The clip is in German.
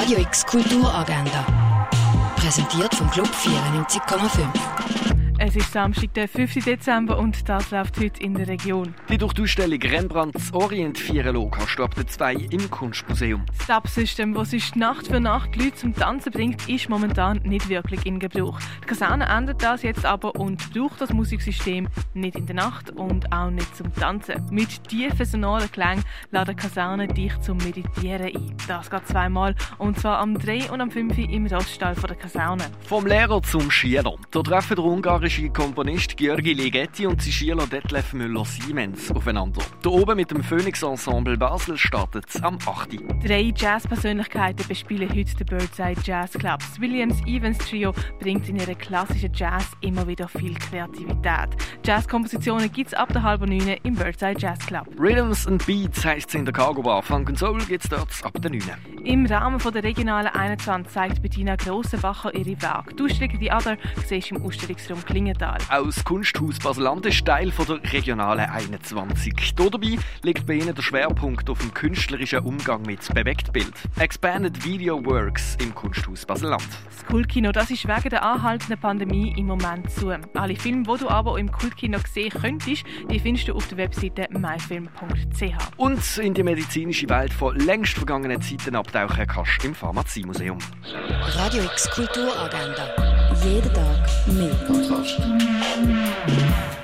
Radio X Kulturagenda. Präsentiert vom Club 94,5. Es ist Samstag, der 5. Dezember und das läuft heute in der Region. Die durch die Ausstellung Rembrandts Orient feiern lassen, kannst du ab der 2 im Kunstmuseum. Das Stab-System, das sich Nacht für Nacht die Leute zum Tanzen bringt, ist momentan nicht wirklich in Gebrauch. Die Kaserne ändert das jetzt aber und braucht das Musiksystem nicht in der Nacht und auch nicht zum Tanzen. Mit tiefen sonalen Klängen lädt die Kaserne dich zum Meditieren ein. Das geht zweimal, und zwar am 3 und am 5 im Roststall der Kaserne. Vom Lehrer zum Schüler. Da treffen der ungarische Komponist György Ligeti und sein Schüler Detlef Müller-Siemens aufeinander. Hier oben mit dem Phoenix Ensemble Basel startet es am 8. 3 Jazz-Persönlichkeiten bespielen heute den Birdseye Jazz Club. Das Williams-Evans Trio bringt in ihrem klassischen Jazz immer wieder viel Kreativität. Jazzkompositionen gibt es ab der 8:30 im Birdseye Jazz Club. Rhythms and Beats heisst es in der Cargo Bar. Funk and Soul gibt es dort ab der 9. Im Rahmen der regionalen 21 zeigt Bettina Grossenbacher ihre Werke. Die Ausstellung «Die Ader» siehst du im Ausstellungsraum Klingenthal. Auch das Kunsthaus Basel-Land ist Teil der regionalen 21. Hier dabei liegt bei ihnen der Schwerpunkt auf dem künstlerischen Umgang mit Bewegtbild. Expanded Video Works im Kunsthaus Basel-Land. Das Kultkino, das ist wegen der anhaltenden Pandemie im Moment zu. Alle Filme, die du aber im Kultkino sehen könntest, die findest du auf der Webseite myfilm.ch. Und in die medizinische Welt von längst vergangenen Zeiten abtauchen kannst du im Pharmaziemuseum. Radio X Kulturagenda. Jeden Tag mehr.